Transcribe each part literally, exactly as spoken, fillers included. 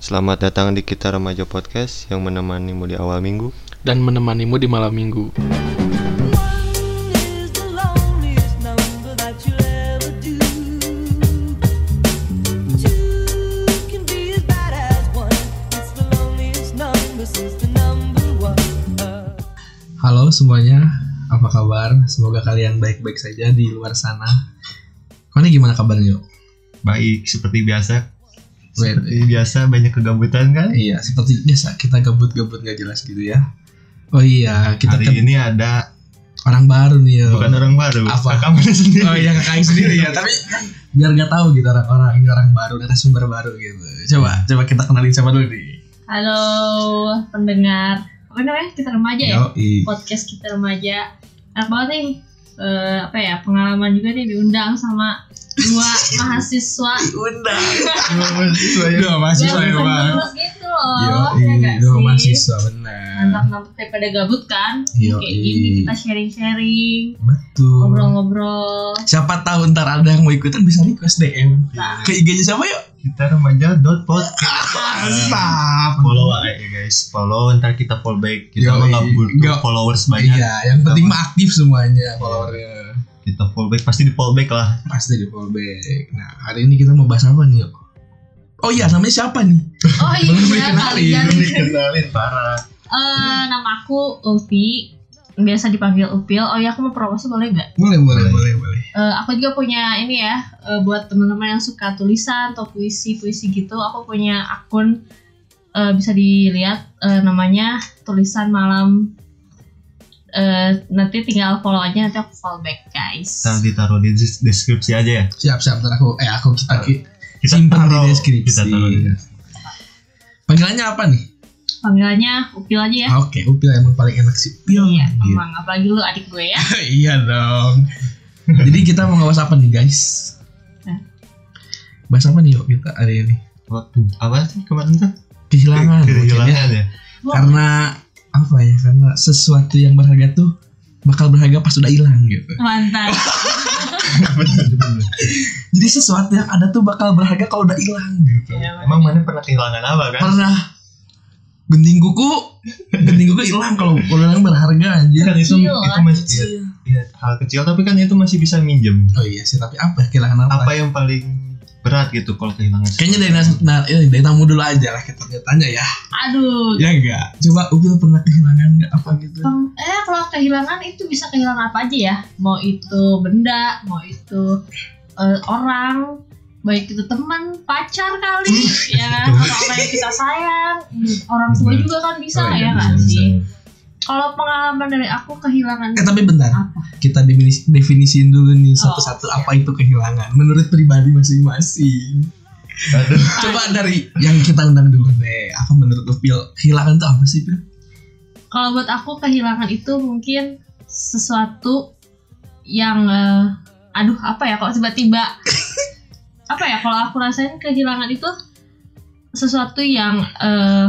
Selamat datang di Kita Remaja Podcast yang menemanimu di awal minggu dan menemanimu di malam minggu. Halo semuanya, apa kabar? Semoga kalian baik-baik saja di luar sana. Kalian gimana kabarnya? Baik, seperti biasa. Wait, Seperti biasa banyak kegabutan kan? Iya, seperti biasa kita gabut-gabut gak jelas gitu ya. Oh iya, kita Hari ke- ini ada orang baru nih yo. bukan orang baru, Apa? kamu sendiri. Oh iya, kakak sendiri ya. Tapi biar gak tahu gitu orang-orang ini orang baru, narasumber baru gitu. Coba, coba kita kenalin siapa dulu nih. Halo pendengar, apa namanya? Kita Remaja ya? Yoi. Podcast Kita Remaja. Enak banget nih, eh, apa ya, pengalaman juga nih diundang sama dua mahasiswa. Undang. Mahasiswa ya. Dua mahasiswa ya, Yang Bang. lulus gitu loh. Yoi, Ya gak dua sih? mahasiswa benar. Mantap-mantap daripada gabut kan? Yoi. Kayak gini kita sharing-sharing, Betul. ngobrol-ngobrol. Siapa tahu ntar ada yang mau ikutan bisa request D M ke I G-nya siapa yuk? Kita remaja dot podcast. Mantap. Follow aja guys, follow ntar kita follow back. Kita Yoi. mah nggak butuh Nggak. followers banyak. Iya, yang penting mah aktif semuanya followernya. Kita follow back, pasti di follow back lah. Pasti di follow back. Nah, hari ini kita mau bahas apa nih yuk? Oh iya, namanya siapa nih? Oh Belum iya, dikenalin. kalian. Belum dikenalin parah. Eh, nama aku Ulfi, biasa dipanggil Upil. Oh ya, aku mau promosi boleh nggak? Boleh, boleh, boleh, boleh. Uh, aku juga punya ini ya, uh, buat teman-teman yang suka tulisan atau puisi-puisi gitu, aku punya akun, uh, bisa dilihat, uh, namanya Tulisan Malam. Uh, nanti tinggal follow aja, nanti aku follow back guys. Ntar ditaruh di des- deskripsi aja ya. Siap, siap. Ntar aku, eh aku kita ki- Kita simpan taruh- di deskripsi. kita taruh di- Panggilannya apa nih? Panggilannya Upil aja ya. Ah, Oke, Upil emang paling enak sih. Upil. Iya, Gitu. emang apalagi lu adik gue ya. Iya dong. Jadi kita mau ngebahas apa nih guys? Nah. Bahas apa nih yuk kita hari ini? Waktu apa sih kemarin tuh? Kehilangan. mungkin ya. Kehilangan ya. Karena apa ya? Karena sesuatu yang berharga tuh bakal berharga pas udah hilang gitu. Mantap. Jadi sesuatu yang ada tuh bakal berharga kalau udah hilang gitu. Ya, Emang mana pernah kehilangan apa kan? Pernah gunting kuku, gunting kuku hilang kalau kalau hilang berharga anjir. Kan itu Kecil, itu kan, masih kecil. ya, hal kecil tapi kan itu masih bisa minjem. Oh iya sih, tapi apa kehilangan apa? Apa yang paling berat gitu kalau kehilangan? Kayaknya dari nas- nah, ini dari tamu dulu aja lah kita tanya ya. Aduh. Ya enggak. Coba Upil pernah kehilangan enggak apa gitu? Peng- Eh kalau kehilangan itu bisa kehilangan apa aja ya? Mau itu benda, mau itu eh, orang, baik itu teman, pacar kali, ya kan? Atau orang yang kita sayang, Hmm, orang tua juga kan bisa Oh, iya, ya nggak bisa, sih? Kalau pengalaman dari aku kehilangan Eh tapi bentar. apa? Kita definis- definisiin dulu nih Oh, satu-satu apa itu kehilangan menurut pribadi masing-masing. Aduh. Coba dari yang kita undang dulu deh. Apa menurut Upil kehilangan itu apa sih, Pil? Kalau buat aku kehilangan itu mungkin sesuatu yang eh, aduh apa ya, kalau tiba-tiba apa ya, kalau aku rasain kehilangan itu sesuatu yang eh,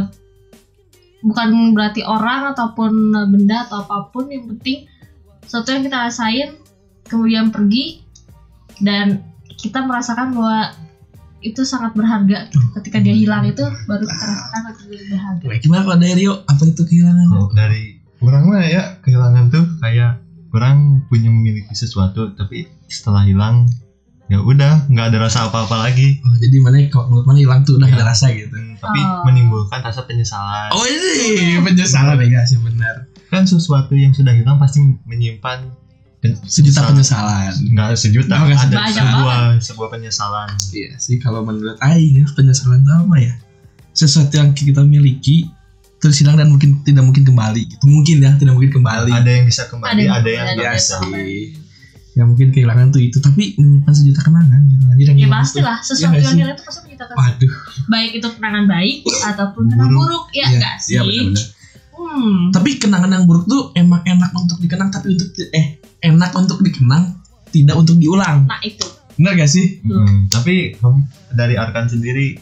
bukan berarti orang ataupun benda atau apapun, yang penting sesuatu yang kita rasain kemudian pergi dan kita merasakan bahwa itu sangat berharga. Ketika dia hilang itu baru kita rasakan itu berharga. Nah, gimana kalau dari Rio? Apa itu kehilangan? Kalau dari orang mah ya kehilangan tuh kayak orang punya memiliki sesuatu tapi setelah hilang ya udah nggak ada rasa apa-apa lagi. Oh, jadi mana kalau menurut mana hilang tuh udah Iya. ada rasa gitu. Hmm, tapi Oh. menimbulkan rasa penyesalan. Oh ini penyesalan ya guys, ya benar. Kan sesuatu yang sudah hilang pasti menyimpan pen- Sejuta penyesalan. penyesalan. Nggak sejuta, Oh, nggak ada sebanyak sebuah sebuah penyesalan. Iya sih, kalau menurut Aing ya penyesalan itu apa ya? Sesuatu yang kita miliki terus hilang dan mungkin tidak mungkin kembali gitu. Mungkin ya tidak mungkin kembali. Ada yang bisa kembali, Ada yang ada yang kembali, nggak ada bisa. yang sih. Ya mungkin kehilangan tuh itu, tapi menyimpan sejuta kenangan gitu. Anjir yang Ya hilang pasti itu. lah, sesuatu Iya yang sih? hilang itu pasti menciptakan, Waduh. baik itu kenangan baik ataupun kenangan Buruk. buruk, ya Iya, enggak sih? Iya benar-benar. Hmm. Tapi kenangan yang buruk tuh emang enak untuk dikenang tapi untuk eh enak untuk dikenang, tidak untuk diulang. Nah itu. Benar gak sih? Hmm, tapi kamu dari Arkan sendiri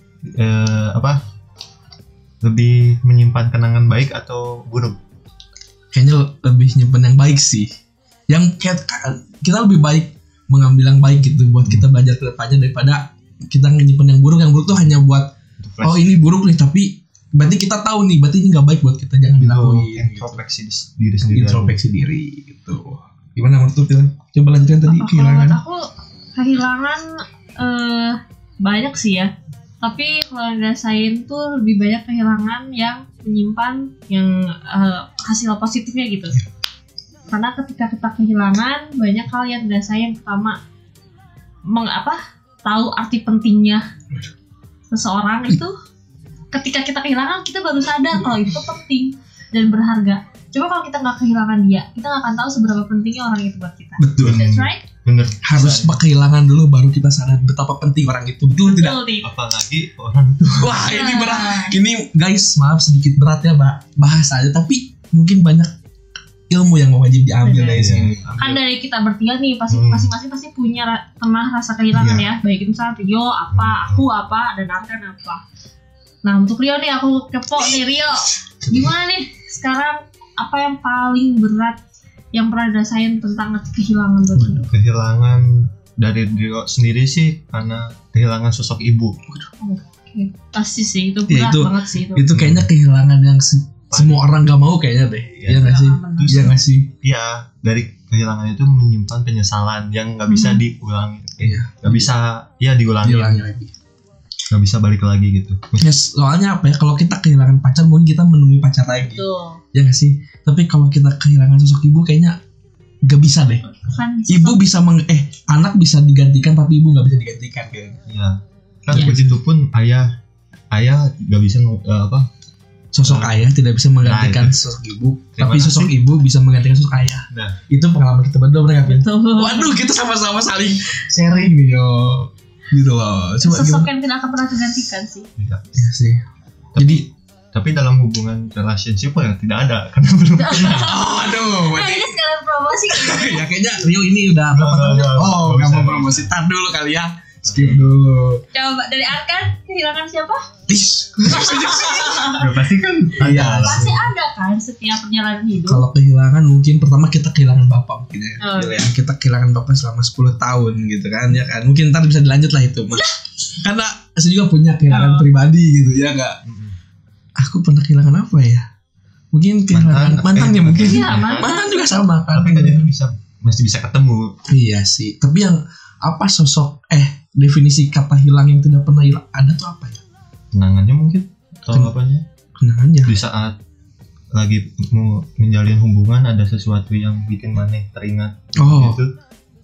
eh, apa lebih menyimpan kenangan baik atau buruk? Kayaknya lebih nyimpen yang baik sih. Yang kayak kita lebih baik mengambil yang baik gitu buat kita belajar ke depannya daripada kita nyimpen yang buruk. Yang buruk tuh hanya buat Untuk oh ini buruk nih, tapi berarti kita tahu nih, berarti ini nggak baik buat kita, jangan dilakuin. Gitu. Introspeksi diri sendiri. Introspeksi diri gitu. Gimana menurut lu, Pil? Coba lanjutin tadi Apa, kehilangan. Kalau aku kehilangan eh, banyak sih ya. Tapi kalau dirasain tuh lebih banyak kehilangan yang menyimpan yang uh, hasil positifnya gitu. Karena ketika kita kehilangan, banyak hal yang dirasain. Pertama, meng apa? Tahu arti pentingnya seseorang itu. Ketika kita kehilangan, kita baru sadar kalau itu penting dan berharga. Coba kalau kita nggak kehilangan dia, kita nggak akan tahu seberapa pentingnya orang itu buat kita. Betul. That's right. Bener. Harus kehilangan dulu baru kita sadar betapa penting orang itu. Betul tidak? Betul, Dik. Apalagi orang itu. Wah ini berat. Ini guys maaf sedikit berat ya Mbak, bahas aja, tapi mungkin banyak ilmu yang wajib diambil dari sini. Kan dari kita bertiga nih pasti Hmm. masing-masing pasti punya ra- pernah rasa kehilangan Iya. ya. Baik itu misalnya Rio apa, aku apa, dan Arkan apa. Nah untuk Rio nih aku kepo nih Rio. Gimana nih sekarang apa yang paling berat yang pernah dirasain tentang kehilangan buat Rio? Kehilangan dari Rio sendiri sih karena kehilangan sosok ibu. Oke, pasti sih itu Ya, berat itu- banget sih itu. Itu kayaknya kehilangan yang se- semua orang gak mau kayaknya deh. Iya nggak sih? Benar. Iya nggak sih? Iya, dari kehilangan itu menyimpan penyesalan yang nggak bisa Hmm. diulangi. Iya. Nggak bisa, ya diulangi. Diulangi lagi. Nggak bisa balik lagi gitu. Ya, soalnya apa ya? Kalau kita kehilangan pacar mungkin kita menemui pacar lagi. Betul. Ya nggak sih? Tapi kalau kita kehilangan sosok ibu kayaknya gak bisa deh. Kan Ibu bisa meng eh anak bisa digantikan tapi ibu nggak bisa digantikan kayaknya. Iya. Kan Iya. begitu pun ayah, ayah nggak bisa nge- eh, apa? Sosok Nah. ayah tidak bisa menggantikan Nah, itu. sosok ibu, Terima tapi sosok kasih. ibu bisa menggantikan sosok ayah. Nah, Itu pengalaman kita berdua benar nggak, Pin? betul. Waduh, kita sama-sama saling sharing nih yo. Gitu loh. Coba Sosok gimana? yang tidak akan pernah tergantikan sih. tidak. Iya sih. Jadi Tapi dalam hubungan relationship ya tidak ada karena belum pernah. oh, aduh, Nah berarti ini sekalian promosi kayaknya. ya kayaknya Rio ini udah berapa Nggak, tahun? nggak, Oh, nggak nggak bisa, mau nggak promosi. bisa. Tar dulu kali ya. Skip dulu. Coba dari Arkan kehilangan siapa? Ish. Ya pasti kan Iya. ada. Pasti ada kan setiap perjalanan hidup. Kalau kehilangan mungkin pertama kita kehilangan bapak mungkin ya. Oh, Gitu ya. Kita kehilangan bapak selama sepuluh tahun gitu kan ya kan. Mungkin ntar bisa dilanjut lah itu. Mas. Karena saya juga punya kehilangan Oh. pribadi gitu ya enggak. Mm-mm. Aku pernah kehilangan apa ya? Mungkin kehilangan Mantan, mantan, eh, ya mungkin. Iya, mantan. Mantan juga sama kan. Tapi kan itu bisa masih bisa ketemu. Iya sih. Tapi yang apa sosok eh definisi kata hilang yang tidak pernah hilang ada tuh apa ya? Kenangannya mungkin atau Ken- apanya? Kenangannya. Di saat lagi mau menjalin hubungan ada sesuatu yang bikin maneh teringat Oh, gitu.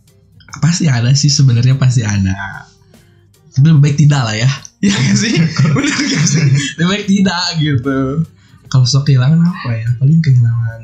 pasti ada sih sebenarnya pasti ada. Tapi lebih baik tidak lah ya. Iya gak sih? Bener gak sih? Lebih baik tidak gitu. Kalau sok kehilangan apa ya? Paling kehilangan.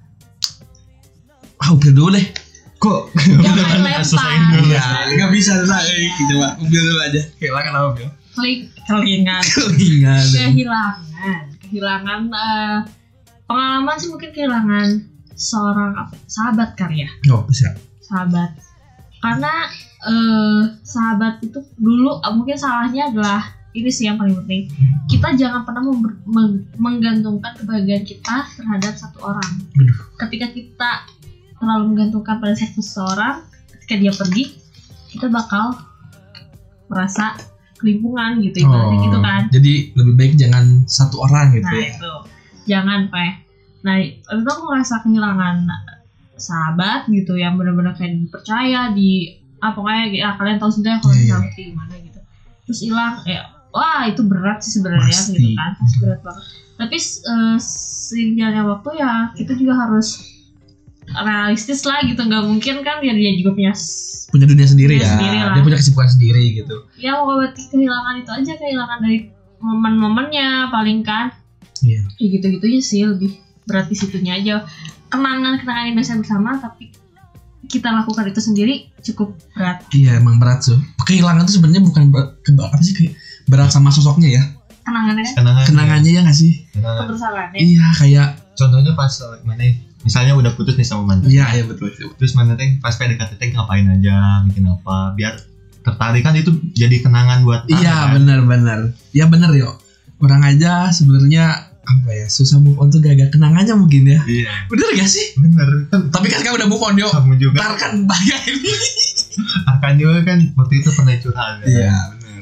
Ah, udah dulu deh. Kok Jangan lempar. selesaiin dulu. Iya, nggak bisa selesai. Coba ambil dulu aja. Kehilangan apa Bil? Keli- kelingan. Kehilangan. Kehilangan. Kehilangan eh, pengalaman sih mungkin kehilangan seorang apa, sahabat kali ya. Oh, bisa. Sahabat. Karena eh, sahabat itu dulu eh, mungkin salahnya adalah ini sih yang paling penting. Kita jangan pernah member- meng- menggantungkan kebahagiaan kita terhadap satu orang. Aduh. Ketika kita terlalu menggantungkan pada satu seseorang, ketika dia pergi, kita bakal merasa kelimpungan gitu, ibaratnya gitu kan. Jadi lebih baik jangan satu orang gitu Nah ya. itu, jangan Pak. Nah itu aku ngerasa kehilangan sahabat gitu yang benar-benar kayak dipercaya di ah pokoknya ya, kalian tahu sendiri kalau Iya, misalnya iya. seperti gimana gitu. Terus hilang, ya wah itu berat sih sebenarnya Pasti. gitu kan, pasti berat banget. Tapi uh, seiring jalannya waktu ya kita juga harus realistis lah gitu, nggak mungkin kan ya dia juga punya s- Punya dunia sendiri Dunia ya. sendiri lah. Dia punya kesibukan sendiri gitu. ya mau berarti kehilangan itu aja, kehilangan dari momen-momennya paling kan. Iya. Ya gitu-gitunya sih, lebih berat di situnya aja. Kenangan-kenangan yang biasa bersama tapi kita lakukan itu sendiri cukup berat. Iya emang berat tuh. Kehilangan tuh sebenarnya bukan berat, ke, apa sih kayak berat sama sosoknya ya. Kenangannya kan Kenangan. Kenangannya ya nggak sih? Kenangan. kebersamaannya. Iya kayak Contohnya pas mana misalnya udah putus nih sama mantan. iya iya betul betul. Terus mana teh pas P D K T teh ngapain aja, bikin apa, biar tertarik kan itu jadi kenangan buat Iya kan? benar-benar. Ya benar yo. Orang aja sebenarnya apa ya susah move on tuh gak kenangannya mungkin ya. Iya, Bener gak sih? bener kan. Tapi kan sekarang udah move on yo. Kamu juga Ntar kan bahaya ini. akan juga kan waktu itu pernah curhat kan? Iya benar.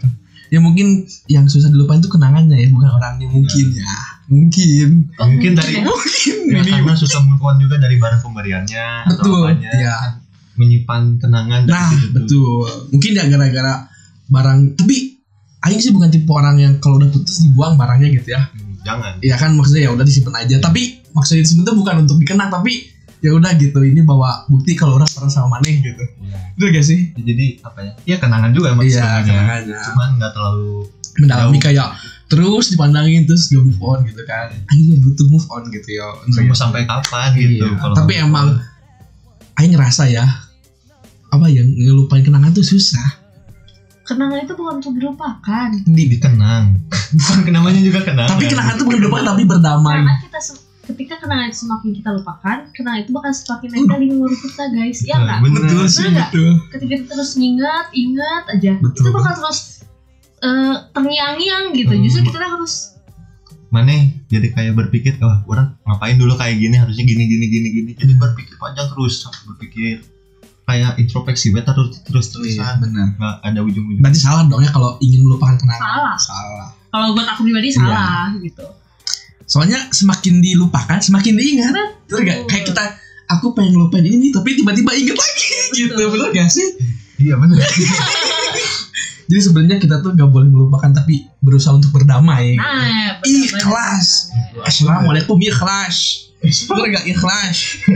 Ya mungkin yang susah dilupain itu kenangannya ya, bukan orangnya mungkin ya. Mungkin. Oh, Mungkin dari ya. Mungkin. ya, Ini- karena susah move on juga dari barang pemberiannya atau Betul. apanya. Ya. Menyimpan kenangan dari Nah, situ tuh. betul. Mungkin ya gara-gara barang, tapi Aing sih bukan tipe orang yang kalau udah putus dibuang barangnya gitu ya. Hmm, jangan. Ya kan maksudnya ya udah disimpan aja. Tapi maksudnya disimpan tuh bukan untuk dikenang, tapi ya udah gitu. Ini bawa bukti kalau orang pernah sama maneh gitu. Iya. Betul gak sih? Jadi apa ya? Ya kenangan juga emang Iya, sebenarnya. kenangannya. Cuman nggak terlalu Mendalami Jauh. kayak terus dipandangin terus gak move on gitu kan. Aing gak butuh move on gitu ya. mau sampai kapan gitu. Iya. Kalau Tapi nggak emang move on. Aing ngerasa ya apa yang ngelupain kenangan tuh susah. Kenangan itu bukan untuk dilupakan. Di- dikenang. Bukan namanya juga kenangan. Tapi kenangan tuh bukan dilupakan tapi berdamai. Karena kita se- ketika kenangan itu semakin kita lupakan, kenangan itu bakal semakin nempel di memori kita, guys. Ya nggak? Bener. Betul sih, Bener nggak? betul. Ketika kita terus ngingat, ingat aja, Betul. itu bakal terus eh, terngiang-ngiang gitu. Hmm. Justru kita harus Maneh jadi kayak berpikir, wah orang ngapain dulu kayak gini, harusnya gini gini gini gini. Jadi berpikir panjang terus, berpikir kayak introspeksi, beta terus terus Iya, terusan, benar. nggak ada ujung-ujung. Berarti salah dong ya kalau ingin melupakan kenangan. Salah. Salah. kalau buat aku pribadi Iya. salah gitu. Soalnya semakin dilupakan, semakin diingat. Betul gak? Kayak kita, aku pengen ngelupain ini, tapi tiba-tiba inget lagi gitu. Betul gak sih? Iya benar. Jadi sebenarnya kita tuh gak boleh melupakan, tapi berusaha untuk berdamai. Nah, benar-benar. Ikhlas. Assalamualaikum ikhlas. Bener gak ikhlas?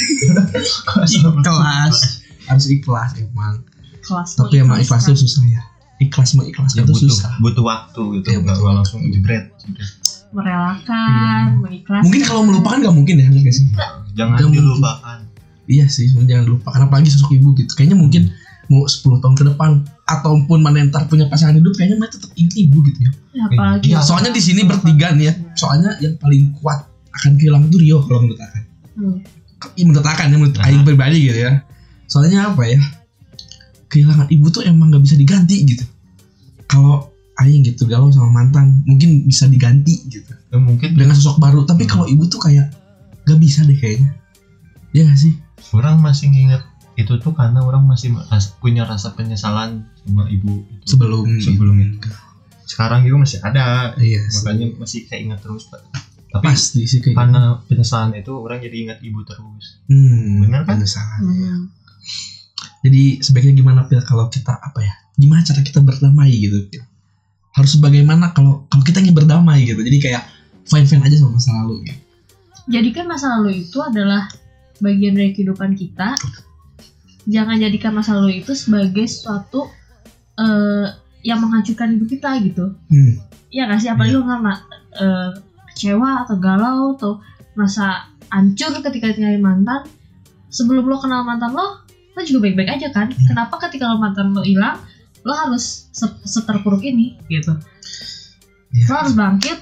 Ikhlas. Harus ikhlas emang. Kelas Tapi emang ikhlas mengikhlaskan. tuh susah ya. Ikhlas mengikhlaskan Ya, itu butuh susah. butuh waktu gitu, Iya, nggak butuh waktu. langsung jebret. jebret. merelakan, mengikhlaskan. Mungkin kalau melupakan gak mungkin ya, bener gak sih? Jangan Nggak mungkin. dilupakan. Iya sih, sebenarnya jangan lupakan. Apalagi sosok ibu gitu. Kayaknya mungkin mau sepuluh tahun ke depan ataupun mana yang ntar punya pasangan hidup, kayaknya mereka tetap ingat ibu gitu ya. Ya, apalagi Iya, Soalnya di sini bertiga nih ya. Soalnya yang paling kuat akan kehilangan itu Rio kalau menurut Akan. Hmm. Iya, menurut Akan ya, menurut Nah. Aing pribadi gitu ya. Soalnya apa ya? Kehilangan ibu tuh emang gak bisa diganti gitu. Kalau Aing gitu galau sama mantan, mungkin bisa diganti gitu Ya, mungkin dengan sosok baru. Tapi Hmm. kalau ibu tuh kayak gak bisa deh kayaknya. Iya gak sih? orang masih nginget itu tuh karena orang masih ras- punya rasa penyesalan sama ibu itu. Sebelum sebelum itu. Sekarang juga masih ada, Iya sih. makanya masih kayak ingat terus, Pak. Tapi Pasti sih kayak karena penyesalan itu orang jadi ingat ibu terus. Hmm, Bener kan? penyesalan. Hmm. Jadi sebaiknya gimana Pil kalau kita apa ya? Gimana cara kita berdamai gitu Pil? Harus bagaimana kalau kalau kita ingin berdamai gitu. Jadi kayak fine fine aja sama masa lalu gitu. Jadikan masa lalu itu adalah bagian dari kehidupan kita. Jangan jadikan masa lalu itu sebagai sesuatu eh, yang menghancurkan hidup kita gitu. Hmm. Iya gak sih? Apalagi lo karena eh, kecewa atau galau atau merasa hancur ketika tinggalin mantan. Sebelum lo kenal mantan lo, lo juga baik-baik aja kan? Kenapa ketika lo mantan lo hilang, lo harus se- seterpuruk ini gitu? Ya. Lo harus bangkit.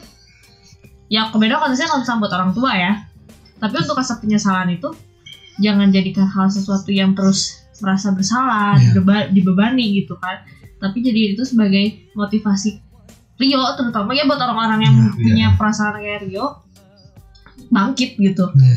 Ya beda konteksnya kalau misalnya buat orang tua ya. Tapi untuk rasa penyesalan itu jangan jadikan hal sesuatu yang terus merasa bersalah, Iya. dibeba- dibebani gitu kan. Tapi jadi itu sebagai motivasi Rio, terutama ya buat orang-orang yang Iya, punya perasaan kayak Rio, bangkit gitu. Iya.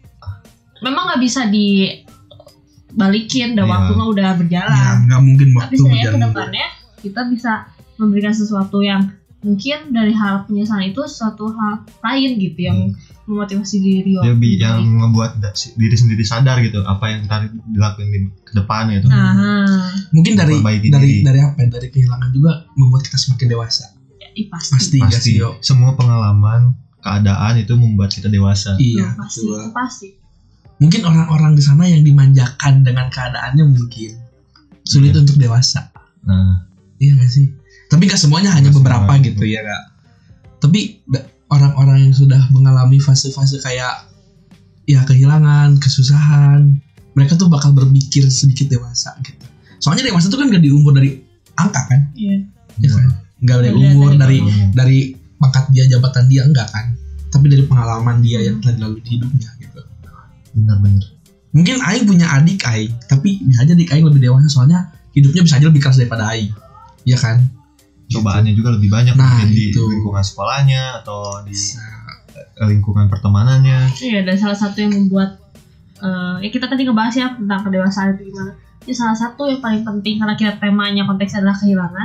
Memang nggak bisa dibalikin, dan Iya. waktu mah udah Ya berjalan. nggak mungkin Tapi waktu saya ke berjalan. depannya kita bisa memberikan sesuatu yang mungkin dari hal penyesalan itu suatu hal lain gitu yang memotivasi diri Rio. Ya bi yang ngebuat da- si- diri sendiri sadar gitu apa yang tadi dilakuin di ke depan gitu. Nah, Mungkin dari Memperbaiki dari diri. dari apa? ya? Dari kehilangan juga membuat kita semakin dewasa. ya, ih, pasti. Pasti nggak Pasti sih Yo? semua pengalaman, keadaan itu membuat kita dewasa. Iya, Tuh, pasti, betul. itu pasti. Mungkin orang-orang di sana yang dimanjakan dengan keadaannya mungkin sulit Iya. untuk dewasa. Nah, Iya gak sih? Tapi gak semuanya, hanya Nggak beberapa semua. gitu ya gak? Tapi da- orang-orang yang sudah mengalami fase-fase kayak ya kehilangan, kesusahan, mereka tuh bakal berpikir sedikit dewasa gitu. Soalnya dewasa tuh kan gak diumur dari angka kan? Iya. Ya kan? Gak dari Dari- umur, dari- dari dari pangkat dia, jabatan dia, enggak kan? Tapi dari pengalaman dia yang telah dilalui di hidupnya gitu. benar-benar. Mungkin Aing punya adik Aing, tapi bisa aja adik Aing lebih dewasa soalnya hidupnya bisa aja lebih keras daripada Aing. Iya kan? Cobaannya juga lebih banyak Nah, mungkin di itu. lingkungan sekolahnya atau di eh, lingkungan pertemanannya. Iya, dan salah satu yang membuat eh, ya kita tadi ngebahas ya tentang kedewasaan itu gimana. Ya salah satu yang paling penting karena kita temanya konteksnya adalah kehilangan,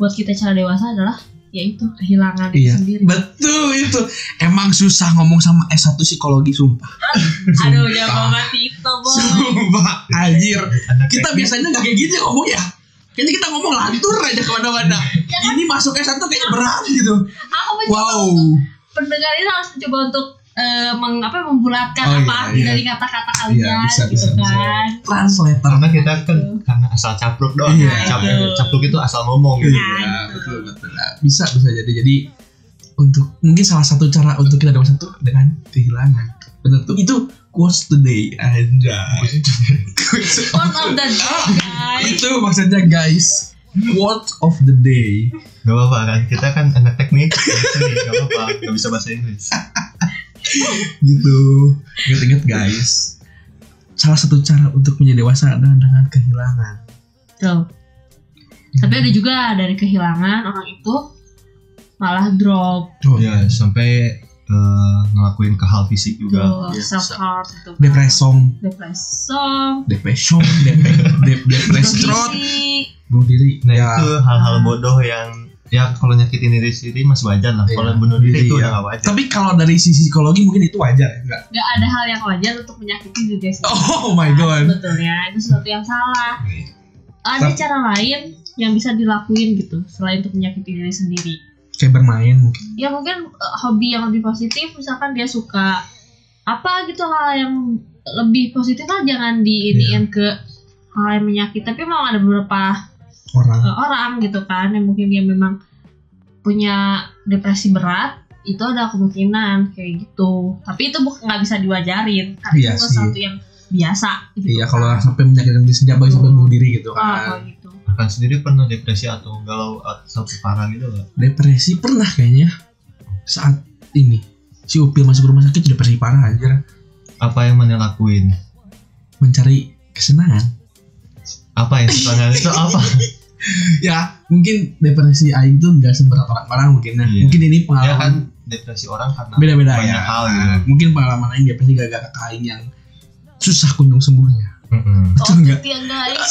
buat kita cara dewasa adalah yaitu kehilangan Iya, itu sendiri. betul itu. Emang susah ngomong sama S satu psikologi, sumpah. Aduh, jangan banget itu, boy. Sumpah, anjir. Anak Kita teknik. biasanya gak kayak gini ngomong ya. Kayaknya kita ngomong lantur aja kemana-mana. Ini masuk S satu kayaknya berat gitu. Aku mencoba Wow. untuk pendengar ini harus mencoba untuk eh, meng, apa, membulatkan Oh, apa iya, arti iya. dari kata-kata kalian Iya, bisa, gitu bisa, bisa. kan. Translator. Karena kita kan karena asal capruk doang. Iya. Capruk, capruk itu asal ngomong gitu. Iya, betul betul. Bisa bisa jadi jadi untuk mungkin salah satu cara untuk kita dewasa tuh dengan kehilangan. Benar tuh. Itu quotes today aja. Quote of the day, guys. Itu maksudnya guys. Quote of the day. Gak apa-apa kan, kita kan anak teknik. Jadi gak apa-apa, gak bisa bahasa Inggris. Gitu. Ingat-ingat guys. Salah satu cara untuk menjadi dewasa adalah dengan kehilangan. Tuh. Tapi ada juga dari kehilangan orang itu malah drop Oh, Ya sampai eh, ngelakuin ke hal fisik juga. tuh, Iya, self harm gitu. kan. depresong, Depresong. depression, deprestrot, Diri. bunuh diri. Nah Ya, itu hal-hal bodoh yang ya kalau nyakitin diri sendiri masih wajar lah. Iya, Kalau bunuh diri iya. itu udah gak wajar. tapi kalau dari sisi psikologi mungkin itu wajar ya, enggak? Gak ada hal yang wajar untuk menyakiti diri sendiri. Oh my god. Sebetulnya itu sesuatu yang salah. Ada Tapi- cara lain yang bisa dilakuin gitu selain untuk menyakiti diri sendiri. Kayak bermain mungkin. Ya mungkin uh, hobi yang lebih positif, misalkan dia suka apa gitu, hal yang lebih positif lah, jangan diiniin ke hal yang menyakiti. Tapi memang ada beberapa Orang. uh, orang gitu kan yang mungkin dia memang punya depresi berat, itu ada kemungkinan kayak gitu. Tapi itu bukan, nggak bisa diwajarin karena Iya itu sih. sesuatu yang biasa gitu. Iya, kalau sampai menyakitkan diri sendiri apalagi sampai bunuh diri gitu oh, kan. kayak gitu. Akan sendiri pernah depresi atau galau atau parah gitu gak? Depresi pernah kayaknya saat ini si Upil masuk rumah sakit depresi parah anjir, Apa yang mana lakuin? mencari kesenangan. Apa yang sebenarnya itu apa? Ya mungkin depresi Aing tuh nggak seberat orang-orang mungkin. Nah, Iya. mungkin ini Ya pengalaman kan depresi orang karena beda-beda banyak ya. hal Nah, gitu. mungkin pengalaman Aing depresi gara-gara kakak Aing yang susah kunjung sembuhnya. Mm-mm. Betul Oh, nggak? gitu ya guys.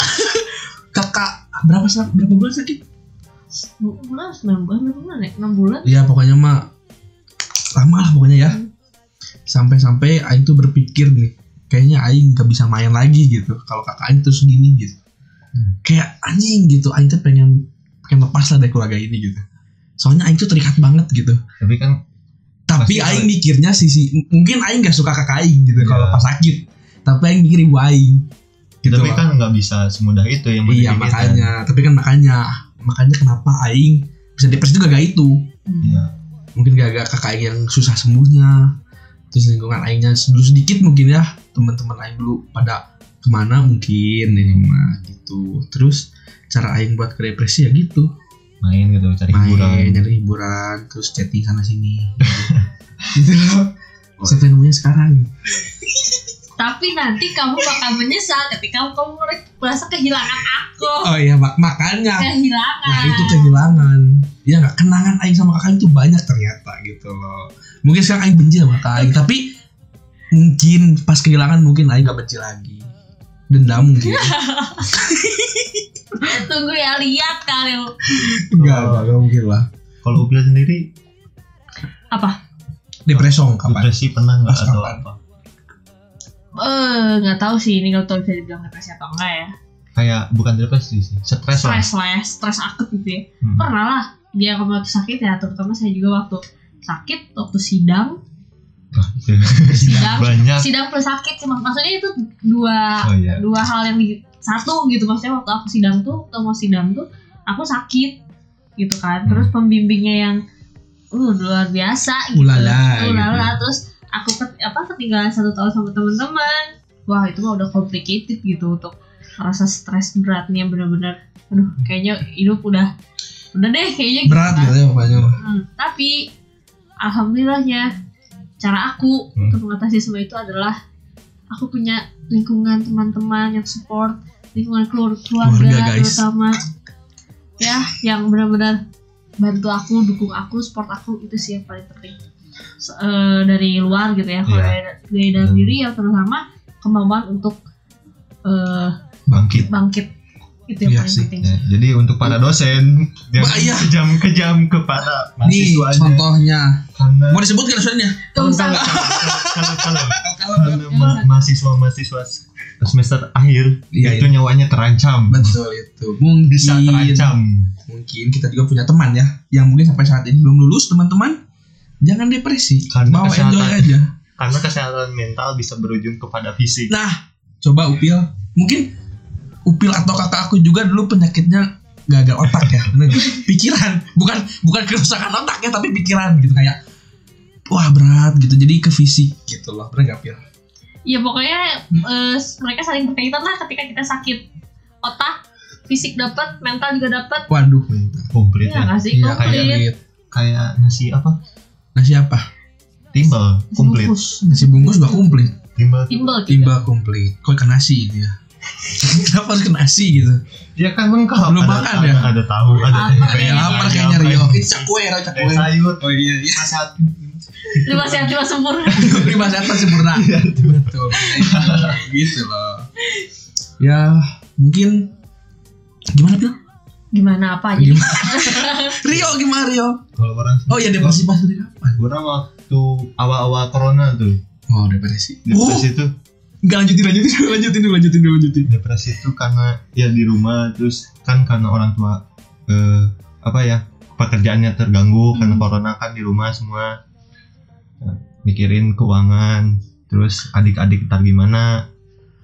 Kakak berapa sih berapa bulan sakit? Bulan sembilan bulan berapa bulan ya? enam bulan. Ya pokoknya mah lama lah pokoknya ya. Sampai-sampai Aing tuh berpikir nih, kayaknya Aing gak bisa main lagi gitu. Kalau kakak Aing terus gini gitu. Hmm. Kayak anjing gitu, Aing tuh pengen pengen lepas lah dari keluarga ini gitu. Soalnya Aing tuh terikat banget gitu. Tapi kan Tapi Pasti Aing kalau- mikirnya sisi mungkin Aing gak suka kakak Aing gitu Iya. kalau pas sakit. Tapi Aing mikir ibu Aing. Gitu tapi loh. kan nggak bisa semudah itu yang Iya dipikirkan. makanya, tapi kan makanya makanya kenapa Aing bisa depresi juga gak itu. Iya. Mungkin gara-gara kakak Aing yang susah sembuhnya, terus lingkungan Aingnya dulu sedikit mungkin ya, teman-teman Aing dulu pada kemana mungkin ini mah gitu. Terus cara Aing buat ke depresi ya gitu, Main gitu, cari main hiburan. nyari hiburan, terus chatting sana sini gitu loh. Sampai namanya sekarang. Tapi nanti kamu bakal menyesal ketika kamu merasa kehilangan aku. Oh iya mak makanya. Kehilangan. Nah itu kehilangan. Iya nggak, kenangan Aing sama kakak Aing itu banyak ternyata gitu loh. Mungkin sekarang Aing benci sama kakak Aing, tapi mungkin pas kehilangan mungkin Aing gak benci lagi. Dendam mungkin. Tunggu ya, lihat kali. Enggak, enggak, enggak mungkin lah. Kalau Upil sendiri Apa? Depresong kapan? depresi pernah nggak Pas atau kapan? apa? Eh, nggak tahu sih ini kalau tahu bisa dibilang depresi atau enggak ya. Kayak bukan depresi sih, stres lah. Stres lah ya, stres akut gitu ya. Hmm. Pernah lah dia kalau waktu sakit ya, terutama saya juga waktu sakit, waktu sidang, Wah, itu. sidang, Banyak. sidang plus sakit sih. Mak- Maksudnya itu dua Oh iya. dua hal yang di satu gitu. Maksudnya waktu aku sidang tuh, atau mau sidang tuh, aku sakit gitu kan. Terus Hmm. pembimbingnya yang uh luar biasa gitu. Ulala, Ulala. gitu. Terus aku ket- apa ketinggalan satu tahun sama teman-teman. Wah itu mah udah complicated gitu untuk rasa stres beratnya, bener-bener aduh kayaknya hidup udah udah deh kayaknya gitu Berat kan. gitu ya pokoknya. Hmm, tapi alhamdulillahnya cara aku Hmm. untuk mengatasi semua itu adalah aku punya lingkungan teman-teman yang support, lingkungan keluar- keluarga, Keluarga, guys. terutama ya yang benar-benar bantu aku, dukung aku, support aku, itu sih yang paling penting. S- eh, dari luar gitu ya. Kalau Iya. dari, dari dalam Hmm. diri yang terutama kemampuan untuk eh, Bangkit. bangkit Itu yang Iya paling sih. penting. Ya, jadi untuk para dosen jangan Wah, iya. kejam-kejam kepada Nih mahasiswanya. contohnya. Karena Mau disebut kan dosennya? Gak usah. kalau kalau Kalau karena ma- mahasiswa-mahasiswa semester akhir Iya, itu nyawanya terancam. betul itu. Mungkin Bisa terancam. mungkin kita juga punya teman ya yang mungkin sampai saat ini belum lulus. Teman-teman jangan depresi, Karena bawa kesehatan. enjoy aja. Karena kesehatan mental bisa berujung kepada fisik. Nah, coba Upil, mungkin Upil atau kakak aku juga dulu penyakitnya gagal otak ya, bener nggak? Pikiran, bukan bukan kerusakan otak ya, tapi pikiran gitu kayak wah berat gitu, jadi ke fisik gitu loh, bener nggak Pil? Ya pokoknya eh, mereka saling berkaitan lah ketika kita sakit. Otak, fisik dapat, mental juga dapat. Waduh, Komplit Iya ya. nggak sih? iya Komplit. kayak Kayak nasi apa? nasi apa? Timbal, komplit. Bungkus. Nasi bungkus juga komplit, Timbal. Timbal juga. timbal komplit. Kok ikan nasi gitu ya? Kenapa harus ke nasi gitu? Ya kan lengkap. Belum ada, makan ada, ya? ada tahu, ada Apa tempe, kayaknya? Kayak lapar ada kayaknya apa, Rio. Itu cakwe, Rio ada cakwe. sayur. Oh iya, iya. Masak. Lima sehat lima sempurna. Lima sehat pasti sempurna. Betul. Gitu loh. Ya, mungkin gimana Pil? Gimana apa jadi? Rio gimana Rio? Kalau orang Oh ya depresi pas dari kapan? orang waktu awal-awal corona tuh. Oh depresi. Depresi itu Gak lanjutin lanjutin lanjutin dulu lanjutin dulu lanjutin. depresi itu karena ya di rumah, terus kan karena orang tua eh, apa ya, pekerjaannya terganggu karena Hmm. corona kan di rumah semua. Nah, mikirin keuangan, terus adik-adik ntar gimana,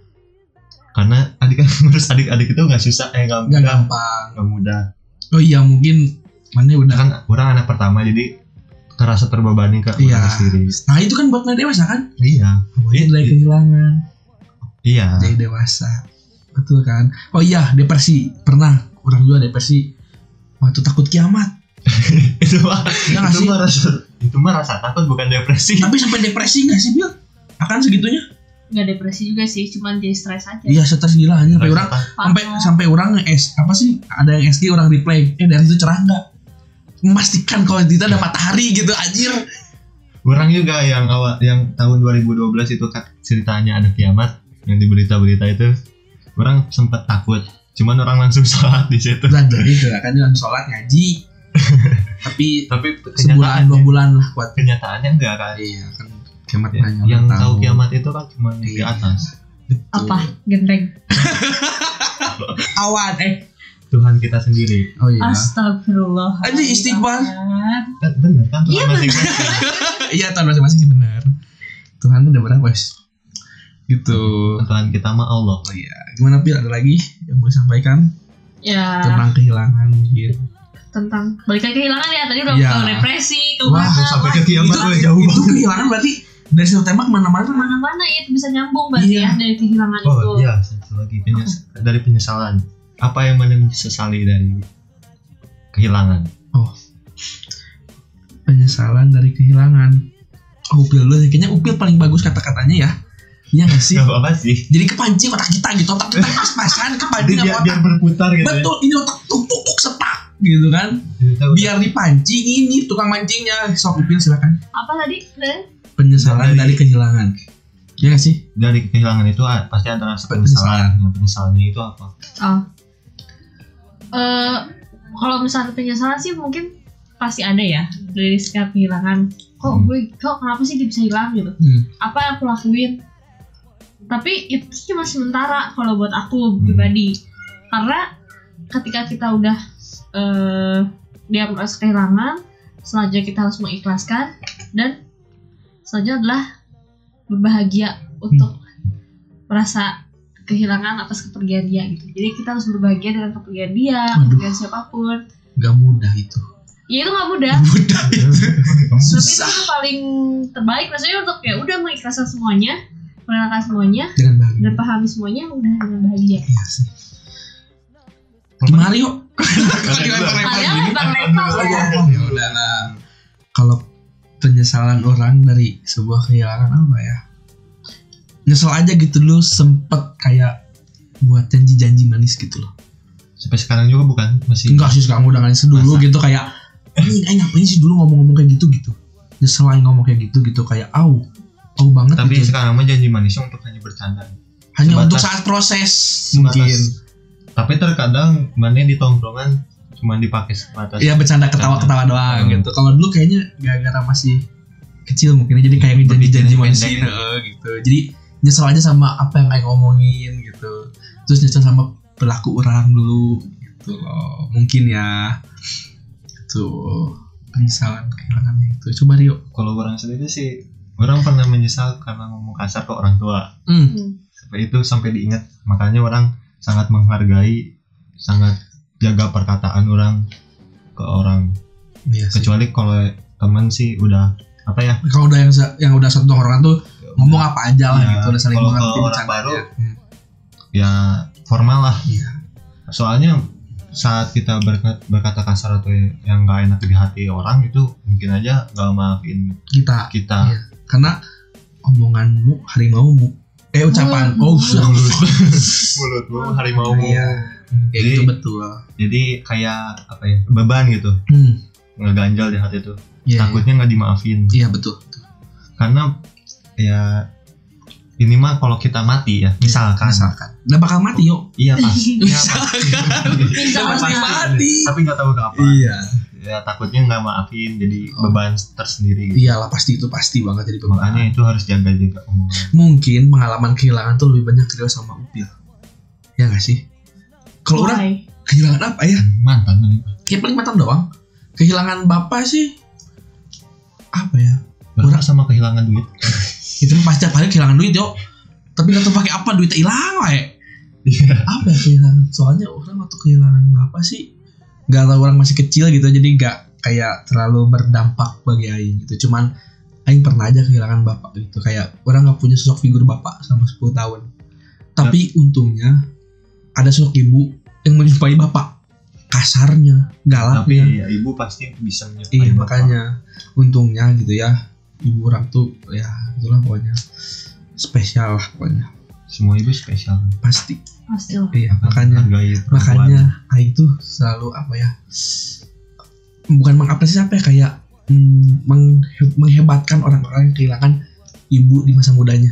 karena adik ngurus adik-adik itu nggak susah, eh nggak Gak mudah, gampang. nggak mudah. Oh iya mungkin mana udah. Kan orang anak pertama jadi terasa terbebani ke Iya. orang sendiri. Nah itu kan buat mana dewasa kan? Iya, Awalnya dari kehilangan, iya. dari dewasa. Betul kan? Oh iya depresi pernah. Orang juga depresi waktu takut kiamat. itu mah, Iya nggak itu sih? mah rasa, itu mah rasa takut bukan depresi. Tapi sampai depresi nggak sih Bil? Akan segitunya? Nggak depresi juga sih, cuman jadi stres aja. Iya stres gila aja. Sampai Rasa orang takut. sampai sampai orang nge-S apa sih? Ada yang S G orang replay. Eh dari itu cerah nggak? Memastikan kalau kita ada matahari gitu anjir. Orang juga yang awal yang tahun dua ribu dua belas itu kan ceritanya ada kiamat yang di berita-berita itu, orang sempat takut. Cuman orang langsung sholat di situ. Dan gitu lah kan dia langsung sholat ngaji. Tapi Tapi sebulan dua bulan lah kuat. kenyataannya enggak kan. Iya kan kiamat Ya, hanya yang orang tahu kiamat itu kan cuma di Iya. atas. Betul. Apa? Genteng. Awan eh. Tuhan kita sendiri. Oh iya. Astagfirullah. Aja istighfar. Kan benar kan Tuhan Iya, masing-masing. Iya tahun masing-masing sih benar. Tuhan udah berapa wes? Gitu. Tuhan kita mah Allah. Oh iya. Gimana Pil? Ada lagi yang mau disampaikan Ya tentang kehilangan mungkin? tentang balik lagi kehilangan ya, tadi udah Iya. ke depresi, ke Wah, mana, sampai ke wah, kiamat itu, tuh jauh itu banget. kehilangan berarti dari satu tema kemana-mana. kemana-mana ya, itu bisa nyambung berarti Iya. ya dari kehilangan itu. Oh iya, satu lagi penyes- dari penyesalan. Apa yang mana sesali dari kehilangan? Penyesalan dari kehilangan. Oh, Upil dulu sih. Kayaknya Upil paling bagus kata-katanya ya. Iya gak sih? Gak apa-apa sih. Jadi kepancing otak kita gitu. Otak kita pas-pasan kepancing Biar, sama biar otak. berputar gitu. Betul, ini otak tuk-tuk sepak gitu kan. Ya. Biar dipancing ini tukang mancingnya. Sok Upil silakan. Apa tadi? Dan Penyesalan Dari- dari kehilangan. Iya gak sih? Dari kehilangan itu ah, pasti ada rasa penyesalan. Yang penyesalannya itu apa? oh. Eh, kalau misalnya penyesalan sih mungkin pasti ada ya dari setiap kehilangan. Kok Hmm. gue, kok kenapa sih dia bisa hilang gitu? Hmm. Apa yang aku lakuin? Tapi itu cuma sementara kalau buat aku Hmm. pribadi, karena ketika kita udah eh, dia merasa kehilangan, selanjutnya kita harus mengikhlaskan, dan selanjutnya adalah berbahagia untuk merasa kehilangan atas kepergian dia gitu. Jadi kita harus berbahagia dengan kepergian dia, Waduh. kepergian siapapun. Gak mudah itu. Ya itu nggak mudah, Mudah itu. tapi itu Susah. tuh paling terbaik rasanya untuk ya udah mengikhlaskan semuanya, menenangkan semuanya, Dengan bahagia. dan pahami semuanya udah dengan bahagia. Iya sih. Gimana yuk? Dilempar-lempar Kalian gini. lempar-lempar Oh, ya. ya udah lah. Kalau penyesalan orang dari sebuah kehilangan apa ya? Nyesel aja gitu dulu sempet kayak buat janji-janji manis gitu loh. Sampai sekarang juga bukan masih. Enggak sih sekarang udah ngasih dulu Masa? gitu kayak anjing eh ngapain sih dulu ngomong-ngomong kayak gitu gitu. Nyesel aja ngomong kayak gitu gitu kayak au. Au banget Tapi gitu. sekarang mah janji manisnya untuk hanya bercanda. Hanya sebatas- untuk saat proses sebatas- mungkin. Tapi terkadang mana di tongkrongan cuma dipakai sebatas. Iya bercanda ketawa-ketawa doang Hmm. gitu. Kalau dulu kayaknya gara-gara masih kecil mungkin jadi kayak janji-janji manusia gitu. Jadi nyesel aja sama apa yang kayak ngomongin gitu. Terus nyesel sama perilaku orang dulu gitu loh. Mungkin ya. Tuh penyesalan kehilangannya itu. Coba Rio. Kalau orang sendiri sih, orang pernah menyesal karena ngomong kasar ke orang tua. Hmm. Sampai itu sampai diingat. Makanya orang sangat menghargai, sangat jaga perkataan orang ke orang. Iya sih. Kecuali kalau teman sih udah apa ya? Kalau udah yang yang udah satu orang tuh ngomong apa aja lah Ya, gitu, udah saling kalau mengerti ke orang bercandanya. baru, Hmm. Ya formal lah. Iya. Soalnya saat kita berkata, berkata kasar atau yang gak enak di hati orang itu mungkin aja gak maafin Kita. kita. Iya. Karena omonganmu harimaumu. Eh ucapan. Oh. Oh, Mulutmu harimaumu. Iya. Kayak Jadi- gitu betul. Jadi kayak apa ya? Beban gitu. Hmm. Ngeganjal di hati itu. Iya. Takutnya nggak dimaafin. Iya betul. Karena ya ini mah kalau kita mati ya, misalkan. Misalkan. Udah bakal mati yuk. Iya pasti. Iya, Misalkan. pasti. Udah pasti mati. Tapi nggak tahu kapan. Iya. Ya takutnya nggak maafin, jadi Oh. beban tersendiri. Gitu. Iyalah pasti itu pasti banget jadi beban. Makanya itu harus jaga juga omongan. Mungkin pengalaman kehilangan tuh lebih banyak Rio sama Upil. Ya nggak sih? Kalau orang Why? kehilangan apa ya? Mantan nih. Kayak paling mantan doang. Kehilangan bapak sih apa ya? Orang sama kehilangan duit. Itu mah pasti paling kehilangan duit yo. Tapi nggak tahu pakai apa duitnya hilang wae. Iya. Apa ya kehilangan? Soalnya orang waktu kehilangan bapak sih nggak tahu, orang masih kecil gitu jadi nggak kayak terlalu berdampak bagi Aing gitu. Cuman Aing pernah aja kehilangan bapak gitu, kayak orang nggak punya sosok figur bapak selama sepuluh tahun. Tapi untungnya ada sosok ibu yang menyerupai bapak, kasarnya, Tapi galaknya. ya, ibu pasti bisa menyepai Iya bapak. makanya untungnya gitu ya, ibu orang tuh ya itulah pokoknya spesial lah pokoknya, Semua ibu spesial. pasti. Pasti lah. Iya makanya Hargai perempuan. makanya Aing tuh selalu apa ya, bukan mengapresiasi apa ya, kayak mm, menghe- menghebatkan orang-orang yang kehilangan ibu di masa mudanya.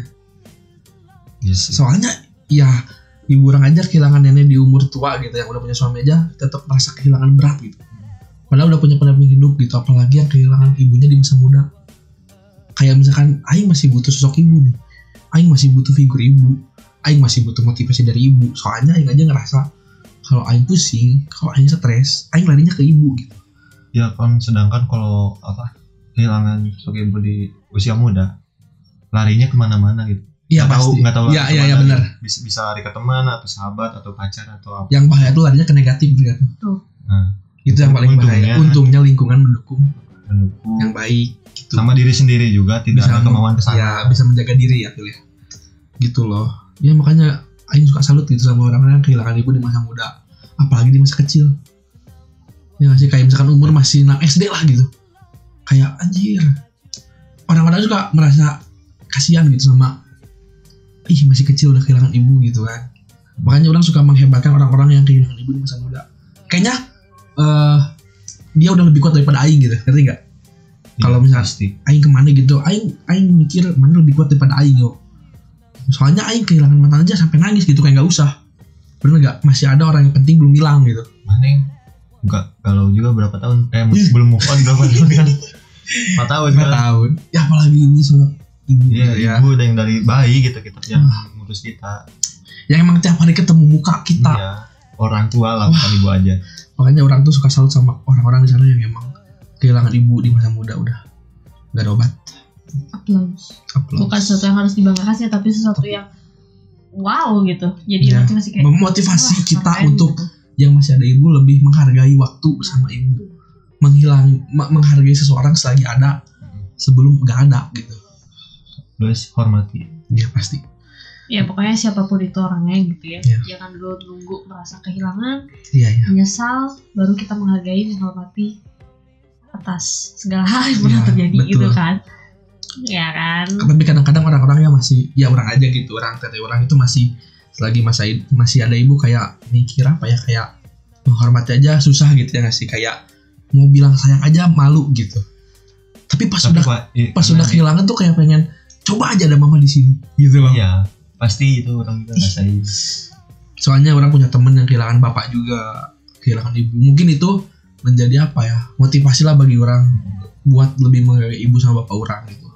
Yes. Soalnya ya ibu orang aja kehilangan nenek di umur tua gitu, yang udah punya suami aja tetap merasa kehilangan berat gitu. Padahal udah punya pendamping hidup gitu, apalagi yang kehilangan ibunya di masa muda. Kayak misalkan Aing masih butuh sosok ibu nih, Aing masih butuh figur ibu, Aing masih butuh motivasi dari ibu. Soalnya Aing aja ngerasa kalau Aing pusing, kalau Aing stres, Aing larinya ke ibu gitu. Ya kan, sedangkan kalau apa kehilangan sosok ibu di usia muda, larinya kemana-mana gitu. Iya Nggak tahu, pasti. nggak tahu Iya lari iya kemana iya benar. gitu. Bisa bisa lari ke teman atau sahabat atau pacar atau apa. Yang bahaya tuh larinya ke negatif gitu. Nah, Itu yang paling bahaya. Untungnya- Untungnya lingkungan mendukung mendukung. yang baik gitu. Sama diri sendiri juga tidak ada kemauan kesana. Ya bisa menjaga diri ya Phil ya. Gitu loh. Ya makanya Aing suka salut gitu sama orang-orang yang kehilangan ibu di masa muda, apalagi di masa kecil. Ya nggak sih, kayak misalkan umur masih enam S D lah gitu. Kayak anjir. Orang-orang juga merasa kasihan gitu sama, ih masih kecil udah kehilangan ibu gitu kan. Makanya orang suka menghebatkan orang-orang yang kehilangan ibu di masa muda. Kayaknya eh dia udah lebih kuat daripada Aing gitu, ngerti nggak? Kalau Iya, misalnya pasti. Aing kemana gitu, Aing Aing mikir mana lebih kuat daripada Aing yo. Soalnya Aing kehilangan mantan aja sampai nangis gitu, kayak nggak usah. Bener nggak? Masih ada orang yang penting belum hilang gitu. Mana yang enggak galau juga berapa tahun? Eh Ih. belum move on berapa tahun kan? empat tahun Empat kan? tahun. Ya apalagi ini soal ibu Iya, gitu ya. ibu ada yang dari bayi gitu kita yang ngurus kita. Yang emang tiap hari ketemu muka kita. Iya, orang tua lah bukan ibu aja. Makanya orang tuh suka salut sama orang-orang di sana yang emang kehilangan ibu di masa muda udah nggak ada obat. Applause. Applause. Bukan sesuatu yang harus dibanggakan sih, tapi sesuatu yang wow gitu. Jadi Ya, motivasi kayak memotivasi wah, kita keren untuk gitu. yang masih ada ibu lebih menghargai waktu bersama ibu, menghilang ma- menghargai seseorang selagi ada sebelum nggak ada gitu. Terus hormati. Ya pasti. Ya pokoknya siapapun itu orangnya gitu ya. Ya. Jangan dulu nunggu merasa kehilangan, Iya ya. menyesal, baru kita menghargai, menghormati atas segala hal yang pernah Ya, terjadi betul. gitu kan. Ya kan. Tapi kadang-kadang orang-orang yang masih, ya orang aja gitu, orang tete orang itu masih selagi masa masih ada ibu kayak mikir apa ya, kayak menghormati aja susah gitu ya nggak sih, kayak mau bilang sayang aja malu gitu. Tapi pas Tapi udah Pak, i- pas udah kehilangan tuh kayak pengen coba aja ada mama di sini gitu loh. Iya, pasti itu orang juga rasain. Soalnya orang punya temen yang kehilangan bapak juga, kehilangan ibu. Mungkin itu menjadi apa ya, motivasi lah bagi orang buat lebih menghargai ibu sama bapak orang gitu.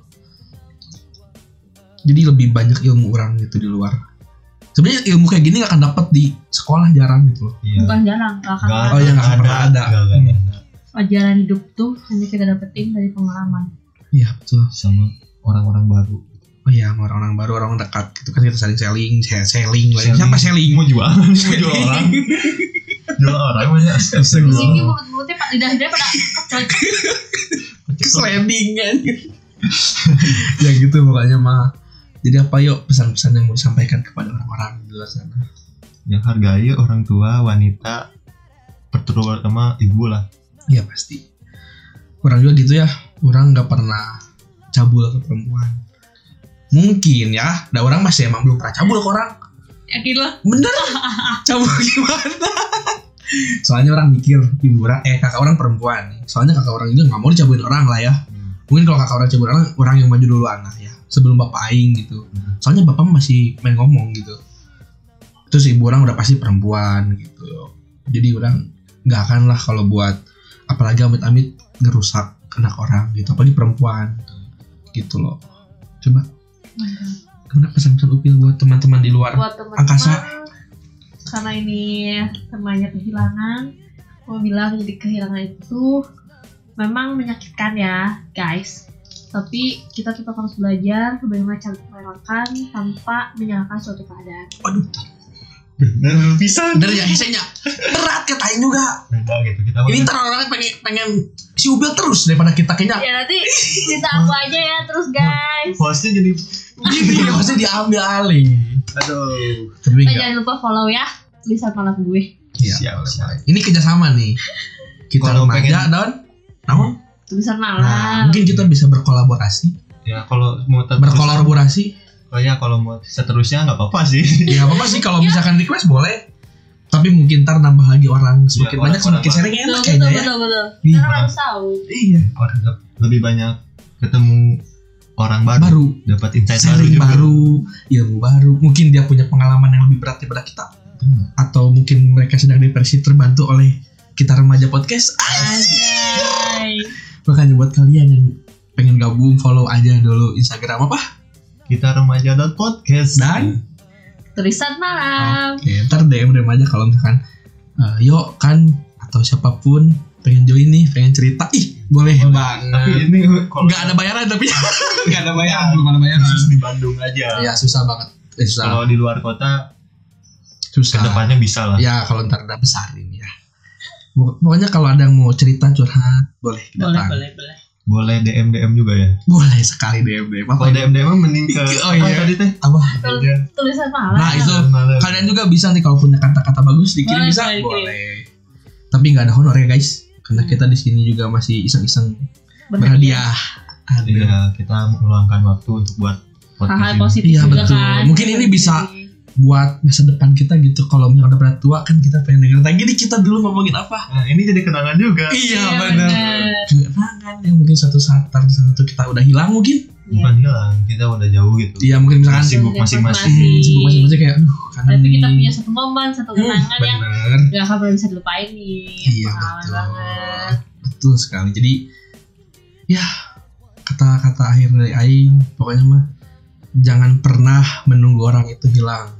Jadi lebih banyak ilmu orang gitu di luar. Sebenarnya ilmu kayak gini gak akan dapat di sekolah, jarang gitu loh. Iya. Bukan jarang, gak akan. Gak Oh, iya, nggak akan pernah ada. Gak akan ada. Pelajaran hidup tuh hanya kita dapetin dari pengalaman. Iya betul. Sama orang-orang baru. Oh iya, sama orang-orang baru, orang dekat gitu kan, kita saling selling, selling lagi. Siapa selling? Mau jual, mau jual orang. Jual orang aja. Di sini mulut-mulutnya pak lidah-lidahnya pada Sliding kan. Ya gitu pokoknya mah. Jadi apa yuk pesan-pesan yang mau disampaikan kepada orang-orang di luar sana? Yang hargai orang tua, wanita, terutama ibu lah. Iya pasti. Orang juga gitu ya. Orang nggak pernah cabul ke perempuan. Mungkin ya, ada orang masih emang belum pernah cabul ke orang. yakin lah. Bener? Cabul gimana? Soalnya orang mikir ibu orang, eh kakak orang perempuan. Soalnya kakak orang juga nggak mau dicabulin orang lah ya. Mungkin kalau kakak orang cabul orang, orang yang maju dulu anak ya. Sebelum bapak aing gitu. Soalnya bapak masih main ngomong gitu. Terus ibu orang udah pasti perempuan gitu. Jadi orang nggak akan lah kalau buat, apalagi amit-amit ngerusak anak orang gitu. Apalagi perempuan gitu loh. Coba. Gimana pesan-pesan Upil buat teman-teman di luar Buat teman-teman, angkasa? karena ini temanya kehilangan, mau bilang jadi kehilangan itu memang menyakitkan ya guys. Tapi kita tetap harus belajar bagaimana cara merelakan tanpa menyalahkan suatu keadaan. Waduh, Bener bisa. bener ya hesenya. Berat katain juga. Beda gitu kita. Ini ntar orang pengen pengen si Upil terus daripada kita kayaknya. Ya nanti cerita aku aja ya terus guys. Hostnya jadi. Gini maksudnya diambil alih. Aduh. Tapi Oh, enggak. jangan lupa follow ya tulisan malam gue. Iya, Siap, boleh, siap. boleh. Ini kerjasama nih. Kita Kalau remaja pengen- dan naon? Tulisan malam. Nah, mungkin kita bisa berkolaborasi. Ya kalau mau terus. Berkolaborasi. Oh ya kalau mau seterusnya nggak apa-apa sih. Ya apa sih kalau misalkan request boleh. Tapi mungkin ntar nambah lagi orang, semakin Iya, banyak orang-orang semakin sering betul, enak betul, kayaknya ya. betul, betul. Iya. Kita kan harus tahu. Iya. Orang lebih banyak ketemu orang baru. Baru. Dapat insight baru Sharing juga. baru, ilmu baru. Mungkin dia punya pengalaman yang lebih berat daripada kita. Hmm. Atau mungkin mereka sedang depresi terbantu oleh kita remaja podcast. Anjay. Makanya buat kalian yang pengen gabung, follow aja dulu Instagram apa? Kita remaja dot podcast Dan Tulisan malam. oke, ntar D M D M aja kalau misalkan eh, yuk kan atau siapapun pengen join nih, pengen cerita, ih boleh banget. Tapi ini kalau Nggak ada bayaran tapi nggak ada bayaran, belum ada bayaran. khusus di Bandung aja. Ya susah banget, eh, susah, Kalau di luar kota susah. kedepannya bisa lah. Ya kalau ntar udah besarin ya. Pok- Pokoknya kalau ada yang mau cerita curhat boleh Boleh, datang. boleh, boleh. Boleh D M D M juga ya. Boleh sekali D M D M. Apa Kalau D itu? M D M mending ke Oh, apa iya. tadi teh? Apa? Tul- Iya. Tulisan malam. Nah itu Malam. kalian juga bisa nih kalau punya kata-kata bagus dikirim Boleh, bisa boleh, boleh. Tapi nggak ada honor ya guys, karena kita di sini juga masih iseng-iseng Berhadiah. berhadiah. Ada. Iya, kita meluangkan waktu untuk buat podcast Hal-hal ini. positif Iya, juga betul. kan. Mungkin ini bisa buat masa depan kita gitu. Kalau misalnya udah pada tua kan kita pengen denger lagi nih kita dulu ngomongin apa. Nah, ini jadi kenangan juga. Iya Iya, benar. bener. Kenangan yang mungkin suatu saat tar satu kita udah hilang mungkin. Bukan hilang, kita udah jauh gitu. Iya mungkin misalkan Sibuk masing-masing. Hmm, sibuk masing-masing kayak aduh kangen Tapi nih. kita punya satu momen, satu Hmm, kenangan yang bener. gak akan pernah bisa dilupain nih. Iya Pengalaman betul. banget. Betul sekali. Jadi ya kata-kata akhir dari aing pokoknya mah jangan pernah menunggu orang itu hilang.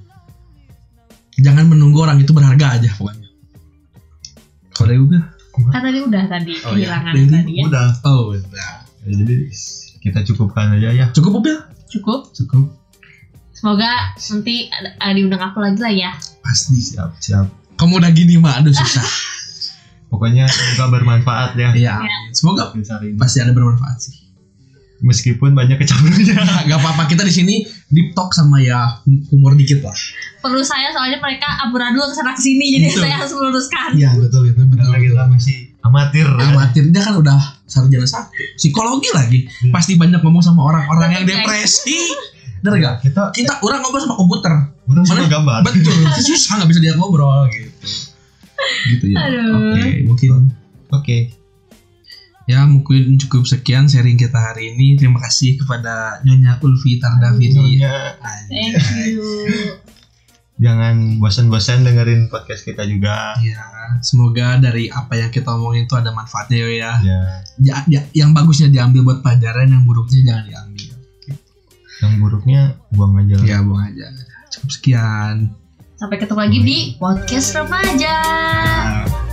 Jangan menunggu orang itu berharga aja pokoknya. Kalau dari gue Kan tadi udah tadi Oh, iya. kehilangan Jadi, tadi ya. Udah. oh udah. Ya, jadi kita cukupkan aja ya. Cukup Upil? Cukup. Cukup. Semoga nanti ada, ada diundang aku lagi lah ya. Pasti. Siap, siap. Kamu udah gini mah aduh susah. Pokoknya semoga bermanfaat ya. Iya. amin. Semoga Podcast hari ini. pasti ada bermanfaat sih. Meskipun banyak kecampurnya. Gak apa-apa kita di sini deep talk sama ya hum- humor dikit lah. Perlu saya soalnya mereka amburadul kesana kesini jadi Betul. saya harus meluruskan. Iya betul itu betul. Karena kita masih amatir. ya. Amatir dia kan udah sarjana satu psikologi lagi Hmm. pasti banyak ngomong sama orang-orang yang Betul, guys. depresi. Bener gak? Kita Kita orang ngobrol sama komputer. udah Mana? suka gambar. Betul. Susah nggak bisa dia ngobrol gitu. Gitu ya. Aduh. Oke mungkin Oke. ya mungkin cukup sekian sharing kita hari ini. Terima kasih kepada Nyonya Ulfi Tardaviri. Nyonya. Thank you. Jangan bosan-bosan dengerin podcast kita juga. Ya, semoga dari apa yang kita omongin itu ada manfaatnya ya. Ya. Ya, ya, yang bagusnya diambil buat pelajaran, yang buruknya jangan diambil. Yang buruknya buang aja lah. Ya, buang aja. Cukup sekian. Sampai ketemu lagi di podcast remaja. Nah.